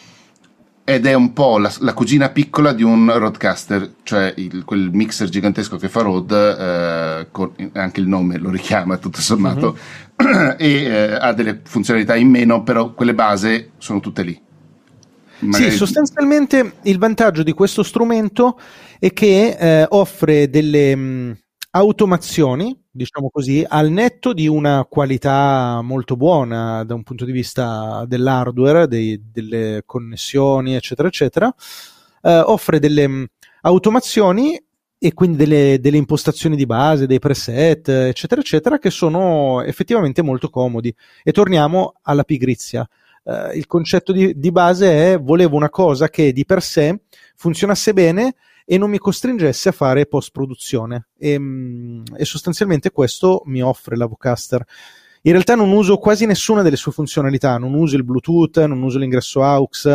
ed è un po' la, la cugina piccola di un Rodecaster, cioè il, quel mixer gigantesco che fa Rode, eh, con, anche il nome lo richiama tutto sommato, mm-hmm. e eh, ha delle funzionalità in meno, però quelle base sono tutte lì. Magari... Sì, sostanzialmente il vantaggio di questo strumento è che eh, offre delle mh, automazioni, diciamo così, al netto di una qualità molto buona da un punto di vista dell'hardware, dei, delle connessioni, eccetera, eccetera. Eh, offre delle mh, automazioni e quindi delle, delle impostazioni di base, dei preset, eccetera, eccetera, che sono effettivamente molto comodi. E torniamo alla pigrizia. Uh, il concetto di, di base è: volevo una cosa che di per sé funzionasse bene e non mi costringesse a fare post produzione, e, e sostanzialmente questo mi offre la Vocaster. In realtà non uso quasi nessuna delle sue funzionalità, non uso il Bluetooth, non uso l'ingresso A U X,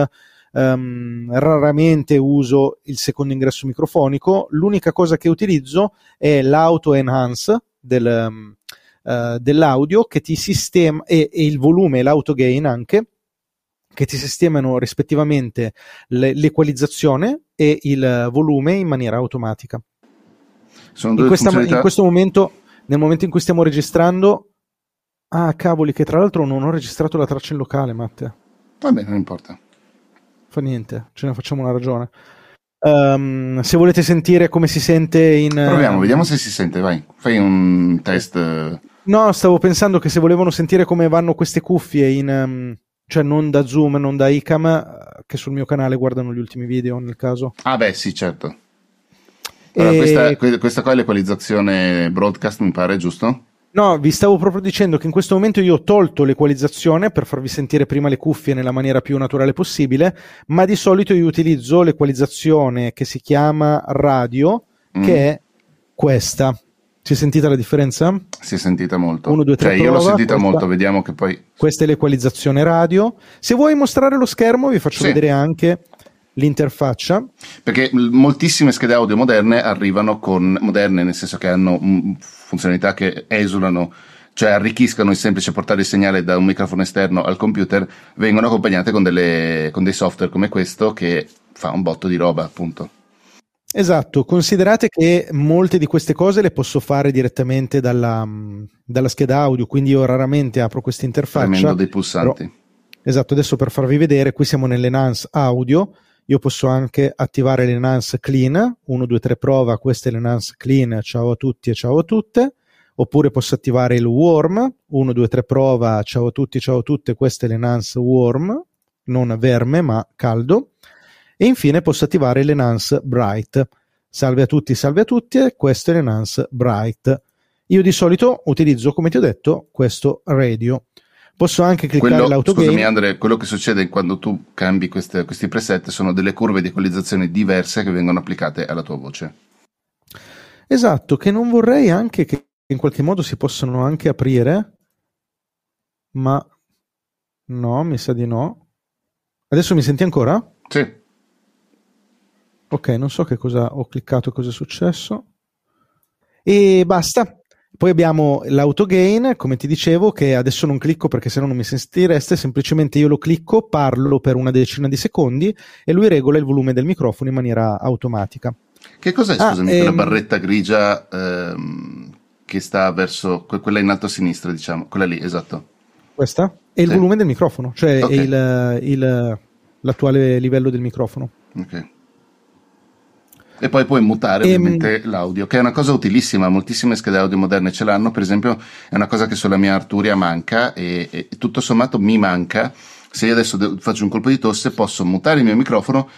um, raramente uso il secondo ingresso microfonico. L'unica cosa che utilizzo è l'auto enhance del, um, uh, dell'audio, che ti sistema, e, e il volume e l'auto gain anche, che ti sistemano rispettivamente le, l'equalizzazione e il volume in maniera automatica. Sono due in, questa, funzionalità... in questo momento, nel momento in cui stiamo registrando, ah cavoli, che tra l'altro non ho registrato la traccia in locale, Matte. Vabbè, non importa. Fa niente, ce ne facciamo una ragione. Um, se volete sentire come si sente in... Proviamo, um... vediamo se si sente, vai. Fai un test. No, stavo pensando che se volevano sentire come vanno queste cuffie in... Um... cioè non da Zoom, non da Icam, che sul mio canale guardano gli ultimi video nel caso. Ah beh sì, certo. Allora, e... questa, questa qua è l'equalizzazione broadcast, mi pare, giusto? No, vi stavo proprio dicendo che in questo momento io ho tolto l'equalizzazione per farvi sentire prima le cuffie nella maniera più naturale possibile, ma di solito io utilizzo l'equalizzazione che si chiama radio, mm. che è questa. Si è sentita la differenza? Si è sentita molto. uno, due, tre, cioè, prova. Io l'ho sentita questa, molto, vediamo che poi... Questa è l'equalizzazione radio. Se vuoi mostrare lo schermo vi faccio sì. vedere anche l'interfaccia. Perché moltissime schede audio moderne arrivano con... moderne nel senso che hanno funzionalità che esulano, cioè arricchiscono il semplice portare il segnale da un microfono esterno al computer, vengono accompagnate con, delle, con dei software come questo che fa un botto di roba, appunto. Esatto, considerate che molte di queste cose le posso fare direttamente dalla, dalla scheda audio, quindi io raramente apro questa interfaccia. Premendo dei pulsanti. Però, esatto, adesso per farvi vedere, qui siamo nell'enhance audio, io posso anche attivare l'enhance clean, uno, due, tre prova, questa è l'enhance clean, ciao a tutti e ciao a tutte, oppure posso attivare il warm, uno, due, tre prova, ciao a tutti, ciao a tutte, questa è l'enhance warm, non verme ma caldo. E infine posso attivare l'enhance bright. Salve a tutti, salve a tutti, e questo è l'enhance bright. Io di solito utilizzo, come ti ho detto, questo radio. Posso anche cliccare quello, l'autogame. Scusami Andre, quello che succede quando tu cambi queste, questi preset sono delle curve di equalizzazione diverse che vengono applicate alla tua voce. Esatto, che non vorrei anche che in qualche modo si possano anche aprire, ma no, mi sa di no. Adesso mi senti ancora? Sì. Ok, non so che cosa ho cliccato e cosa è successo. E basta. Poi abbiamo l'autogain, come ti dicevo, che adesso non clicco perché sennò non mi sentireste, semplicemente io lo clicco, parlo per una decina di secondi e lui regola il volume del microfono in maniera automatica. Che cos'è, Ah, scusami, ehm... quella barretta grigia ehm, che sta verso, quella in alto a sinistra, diciamo, quella lì, esatto. Questa? È il sì. volume del microfono, cioè okay. è il, il, l'attuale livello del microfono. Ok. E poi puoi mutare e, ovviamente l'audio, che è una cosa utilissima, moltissime schede audio moderne ce l'hanno, per esempio è una cosa che sulla mia Arturia manca e, e tutto sommato mi manca. Se io adesso de- faccio un colpo di tosse posso mutare il mio microfono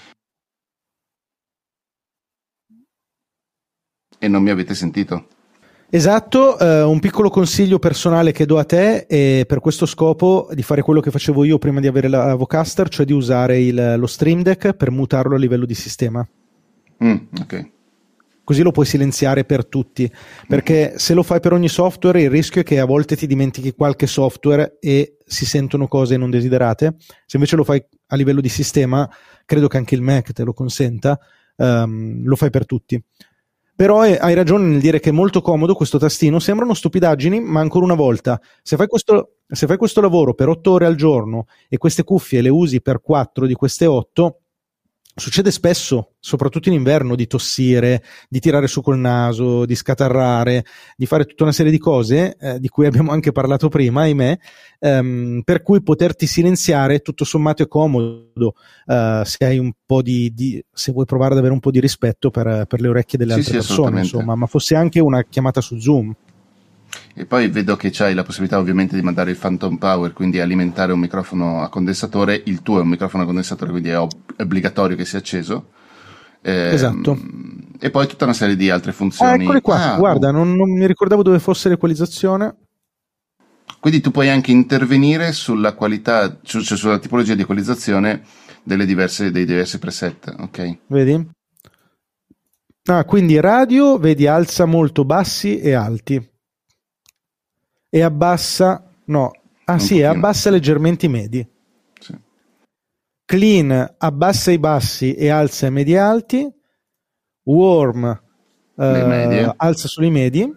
e non mi avete sentito. Esatto, eh, un piccolo consiglio personale che do a te è per questo scopo di fare quello che facevo io prima di avere la Vocaster, cioè di usare il, lo Stream Deck per mutarlo a livello di sistema. Mm, ok. Così lo puoi silenziare per tutti, perché mm-hmm. se lo fai per ogni software il rischio è che a volte ti dimentichi qualche software e si sentono cose non desiderate. Se invece lo fai a livello di sistema, credo che anche il Mac te lo consenta, um, lo fai per tutti. Però è, hai ragione nel dire che è molto comodo questo tastino, sembrano stupidaggini, ma ancora una volta, se fai questo, se fai questo lavoro per otto ore al giorno e queste cuffie le usi per quattro di queste otto, succede spesso, soprattutto in inverno, di tossire, di tirare su col naso, di scatarrare, di fare tutta una serie di cose, eh, di cui abbiamo anche parlato prima, ahimè, ehm, per cui poterti silenziare tutto sommato è comodo, eh, se hai un po' di, di, se vuoi provare ad avere un po' di rispetto per, per le orecchie delle sì, altre sì, persone, insomma, ma fosse anche una chiamata su Zoom. E poi vedo che c'hai la possibilità ovviamente di mandare il Phantom Power, quindi alimentare un microfono a condensatore. Il tuo è un microfono a condensatore, quindi è ob- obbligatorio che sia acceso. Ehm, esatto. E poi tutta una serie di altre funzioni. Ah, eccoli qua, ah, guarda, oh. non, non mi ricordavo dove fosse l'equalizzazione. Quindi tu puoi anche intervenire sulla qualità, cioè sulla tipologia di equalizzazione delle diverse, dei diversi preset, ok? Vedi? Ah, quindi radio, vedi, alza molto bassi e alti. E abbassa, no, ah un sì, pochino. abbassa leggermente i medi. Sì. Clean, abbassa i bassi e alza i medi alti. Warm, eh, alza solo i medi.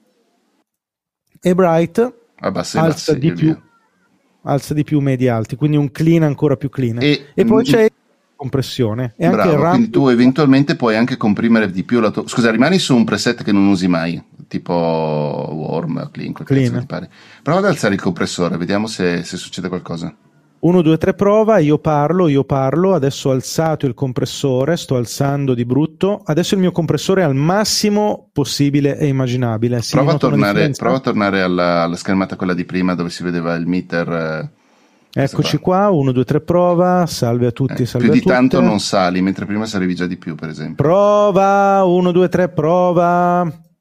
E bright, abbassa alza i bassi, di più, via. alza di più medi alti, quindi un clean ancora più clean. E, e poi c'è compressione. E bravo, anche il ramp... quindi tu eventualmente puoi anche comprimere di più la tua... Scusa, rimani su un preset che non usi mai, tipo warm, clean, quel clean. Cazzo ti pare. Prova ad alzare il compressore, vediamo se, se succede qualcosa. uno, due, tre, prova, io parlo, io parlo, adesso ho alzato il compressore, sto alzando di brutto, adesso il mio compressore è al massimo possibile e immaginabile. Si prova, a tornare, prova a tornare alla, alla schermata quella di prima dove si vedeva il meter... Eh, Eccoci qua, uno, due, tre, prova, salve a tutti, eh, salve più a di tutte. tanto non sali, mentre prima salivi già di più, per esempio. Prova, uno, due, tre, prova.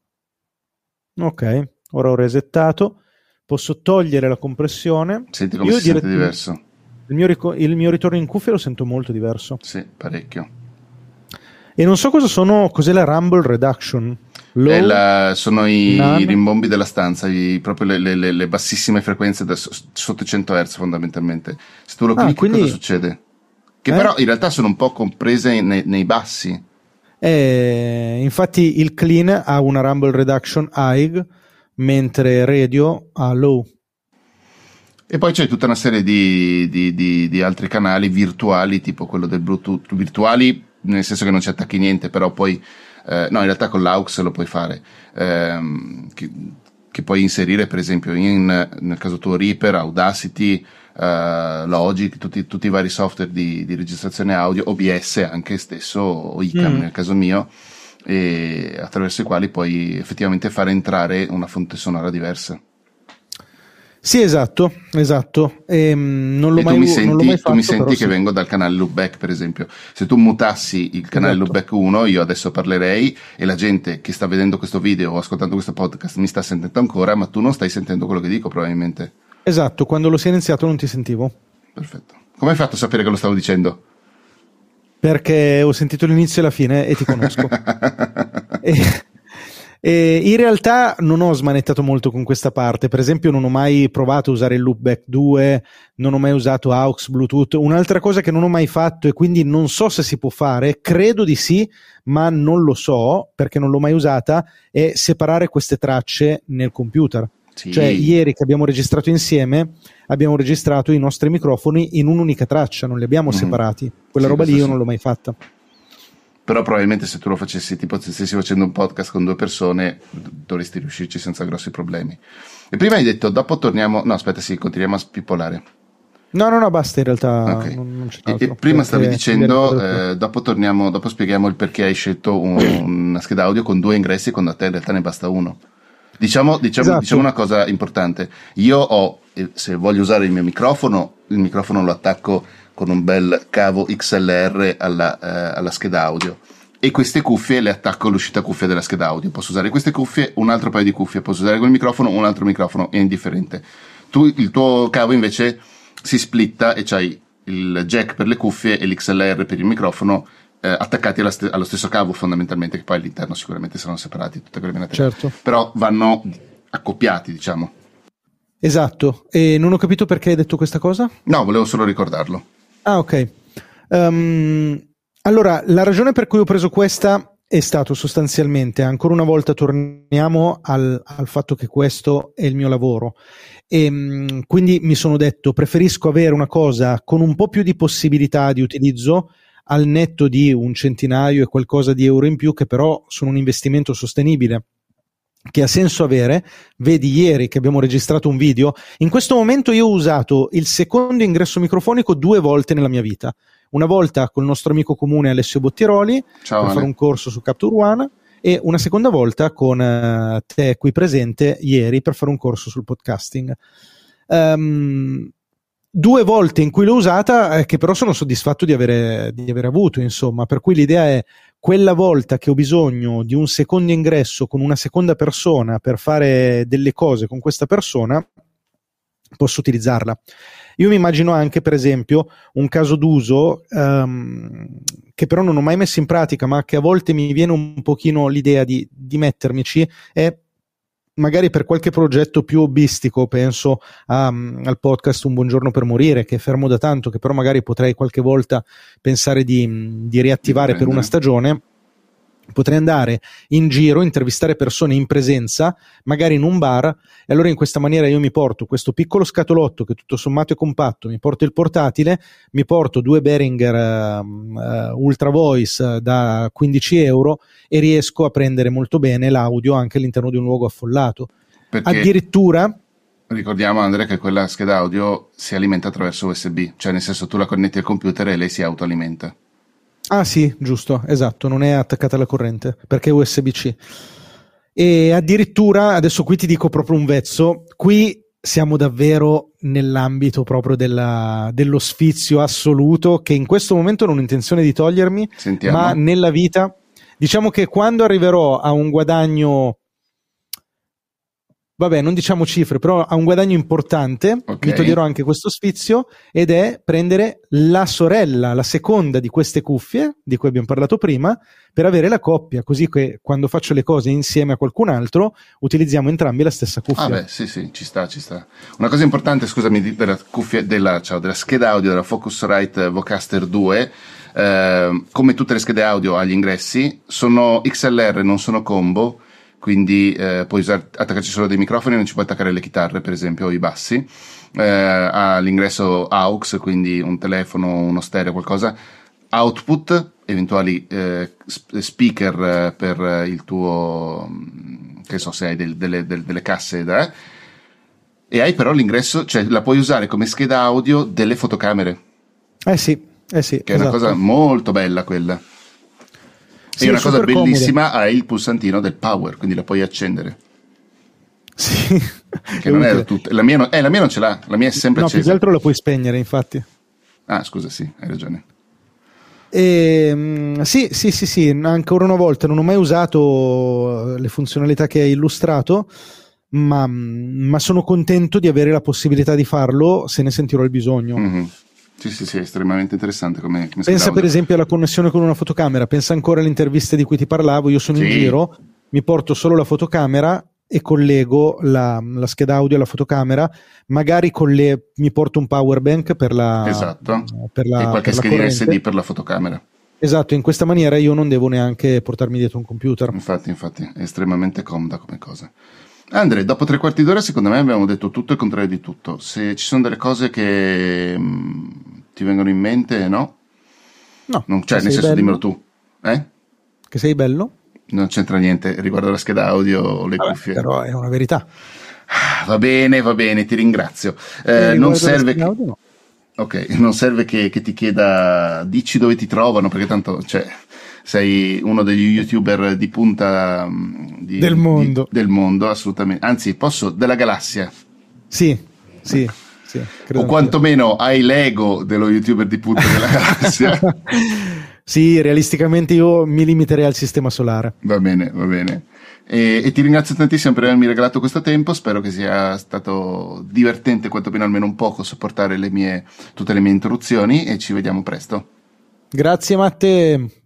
Ok, ora ho resettato. Posso togliere la compressione. Senti come Io si sente diverso. Il mio, ric- il mio ritorno in cuffia lo sento molto diverso. Sì, parecchio. E non so cosa sono, cos'è la Rumble Reduction. Low, la, sono i, none. i rimbombi della stanza, i, proprio le, le, le bassissime frequenze da, sotto i cento hertz fondamentalmente. Se tu lo clicchi, ah, quindi, cosa succede? Che eh? però in realtà sono un po' comprese nei, nei bassi. Eh, infatti il clean ha una Rumble Reduction high, mentre radio ha low. E poi c'è tutta una serie di, di, di, di altri canali virtuali, tipo quello del Bluetooth, virtuali nel senso che non ci attacchi niente, però poi eh, no, in realtà con l'Aux lo puoi fare, ehm, che, che puoi inserire per esempio in, nel caso tuo Reaper, Audacity, eh, Logic, tutti, tutti i vari software di, di registrazione audio, O B S anche stesso, o I C A M mm. nel caso mio, e attraverso i quali puoi effettivamente fare entrare una fonte sonora diversa. Sì, esatto, esatto. E, mh, non l'ho e tu mai, mi senti, non l'ho mai fatto, tu mi senti che sì. vengo dal canale Loopback, per esempio. Se tu mutassi il canale esatto. Loopback uno, io adesso parlerei e la gente che sta vedendo questo video o ascoltando questo podcast mi sta sentendo ancora, ma tu non stai sentendo quello che dico probabilmente. Esatto, quando lo sei iniziato non ti sentivo. Perfetto. Come hai fatto a sapere che lo stavo dicendo? Perché ho sentito l'inizio e la fine e ti conosco. e... E in realtà non ho smanettato molto con questa parte. Per esempio non ho mai provato a usare il Loopback due, non ho mai usato A U X, Bluetooth. Un'altra cosa che non ho mai fatto e quindi non so se si può fare, credo di sì, ma non lo so perché non l'ho mai usata, è separare queste tracce nel computer. Sì. Cioè ieri che abbiamo registrato insieme abbiamo registrato i nostri microfoni in un'unica traccia, non li abbiamo mm-hmm. separati. Quella sì, roba lì io sì. non l'ho mai fatta. Però probabilmente se tu lo facessi, tipo se stessi facendo un podcast con due persone, dovresti riuscirci senza grossi problemi. E prima hai detto, dopo torniamo, no aspetta sì, continuiamo a spippolare. No, no, no, basta in realtà. Okay. Non, non c'è e, e prima stavi dicendo, eh, dopo torniamo, dopo spieghiamo il perché hai scelto un, una scheda audio con due ingressi quando a te in realtà ne basta uno. Diciamo, diciamo, esatto. diciamo una cosa importante. Io ho, se voglio usare il mio microfono, il microfono lo attacco con un bel cavo X L R alla, eh, alla scheda audio, e queste cuffie le attacco all'uscita cuffia della scheda audio. Posso usare queste cuffie, un altro paio di cuffie, posso usare quel microfono, un altro microfono, è indifferente. Tu, il tuo cavo invece si splitta e c'hai il jack per le cuffie e l'X L R per il microfono eh, attaccati alla st- allo stesso cavo fondamentalmente, che poi all'interno sicuramente saranno separati tutte quelle menate. Certo. Però vanno accoppiati, diciamo. Esatto. E non ho capito perché hai detto questa cosa? No, volevo solo ricordarlo. Ah, ok. Um, allora, la ragione per cui ho preso questa è stato sostanzialmente, ancora una volta torniamo al, al fatto che questo è il mio lavoro, e um, quindi mi sono detto preferisco avere una cosa con un po' più di possibilità di utilizzo al netto di un centinaio e qualcosa di euro in più, che però sono un investimento sostenibile che ha senso avere. Vedi ieri che abbiamo registrato un video. In questo momento io ho usato il secondo ingresso microfonico due volte nella mia vita, una volta col nostro amico comune Alessio Bottiroli Ciao, per Ale. fare un corso su Capture One, e una seconda volta con uh, te qui presente ieri per fare un corso sul podcasting. Um, due volte in cui l'ho usata eh, che però sono soddisfatto di avere, di avere avuto, insomma, per cui l'idea è quella volta che ho bisogno di un secondo ingresso con una seconda persona per fare delle cose con questa persona, posso utilizzarla. Io mi immagino anche, per esempio, un caso d'uso um, che però non ho mai messo in pratica, ma che a volte mi viene un pochino l'idea di, di mettermici, è magari per qualche progetto più hobbistico. Penso a, um, al podcast Un Buongiorno per Morire, che è fermo da tanto, che però magari potrei qualche volta pensare di, di riattivare per una stagione. Potrei andare in giro, intervistare persone in presenza, magari in un bar, e allora in questa maniera io mi porto questo piccolo scatolotto che tutto sommato è compatto, mi porto il portatile, mi porto due Behringer uh, uh, Ultra Voice uh, da quindici euro e riesco a prendere molto bene l'audio anche all'interno di un luogo affollato. Perché addirittura ricordiamo, Andrea, che quella scheda audio si alimenta attraverso U S B, cioè nel senso tu la connetti al computer e lei si autoalimenta. Ah sì, giusto, esatto, non è attaccata alla corrente perché è U S B C. E addirittura, adesso qui ti dico proprio un vezzo, qui siamo davvero nell'ambito proprio della, dello sfizio assoluto, che in questo momento non ho intenzione di togliermi. Sentiamo. Ma nella vita, diciamo che quando arriverò a un guadagno, vabbè, non diciamo cifre, però a un guadagno importante, okay, mi toglierò anche questo sfizio, ed è prendere la sorella, la seconda di queste cuffie di cui abbiamo parlato prima, per avere la coppia, così che quando faccio le cose insieme a qualcun altro utilizziamo entrambi la stessa cuffia. Ah beh, sì sì, ci sta, ci sta. Una cosa importante, scusami, della cuffia, della, ciao, della scheda audio della Focusrite Vocaster due, eh, come tutte le schede audio agli ingressi, sono X L R, non sono combo, quindi eh, puoi usare, attaccarci solo dei microfoni, non ci puoi attaccare le chitarre per esempio o i bassi. Eh, ha l'ingresso A U X, quindi un telefono, uno stereo, qualcosa, output, eventuali eh, speaker per il tuo, che so, se hai del, delle, delle, delle casse da, eh, e hai però l'ingresso, cioè la puoi usare come scheda audio delle fotocamere. Eh sì, eh sì, che esatto. È una cosa molto bella quella. Sì, e una cosa bellissima, comodo. Hai il pulsantino del power, quindi la puoi accendere. Sì. Che non è tutto. La mia, non, eh, la mia non ce l'ha, la mia è sempre no, accesa. No, più che altro la puoi spegnere, infatti. Ah, scusa, sì, hai ragione. E, sì, sì, sì, sì, ancora una volta non ho mai usato le funzionalità che hai illustrato, ma, ma sono contento di avere la possibilità di farlo se ne sentirò il bisogno. Mm-hmm. Sì, sì, sì, è estremamente interessante come, come pensa per esempio alla connessione con una fotocamera, pensa ancora alle interviste di cui ti parlavo, io sono sì. in giro mi porto solo la fotocamera e collego la, la scheda audio alla fotocamera, magari con le, mi porto un power bank per la, esatto. per la, e qualche per la schedina corrente. S D per la fotocamera. Esatto, in questa maniera io non devo neanche portarmi dietro un computer. Infatti, infatti, è estremamente comoda come cosa. Andre, dopo tre quarti d'ora secondo me abbiamo detto tutto e il contrario di tutto. Se ci sono delle cose che mh, ti vengono in mente, no? No. Non, cioè, nel senso, bello. dimmelo tu. Eh? Che sei bello? Non c'entra niente riguardo la scheda audio o le Vabbè, cuffie. però è una verità. Va bene, va bene, ti ringrazio. Eh, non serve che... audio, no. Ok, non serve che, che ti chieda, dici dove ti trovano, perché tanto, cioè, sei uno degli youtuber di punta di, del mondo. Di, del mondo, assolutamente. Anzi, posso, della galassia. Sì, sì, sì. O quantomeno hai l'ego dello youtuber di punta della galassia. Sì, realisticamente io mi limiterei al sistema solare. Va bene, va bene. E, e ti ringrazio tantissimo per avermi regalato questo tempo. Spero che sia stato divertente, quantomeno almeno un poco, sopportare le mie, tutte le mie interruzioni, e ci vediamo presto. Grazie Matte.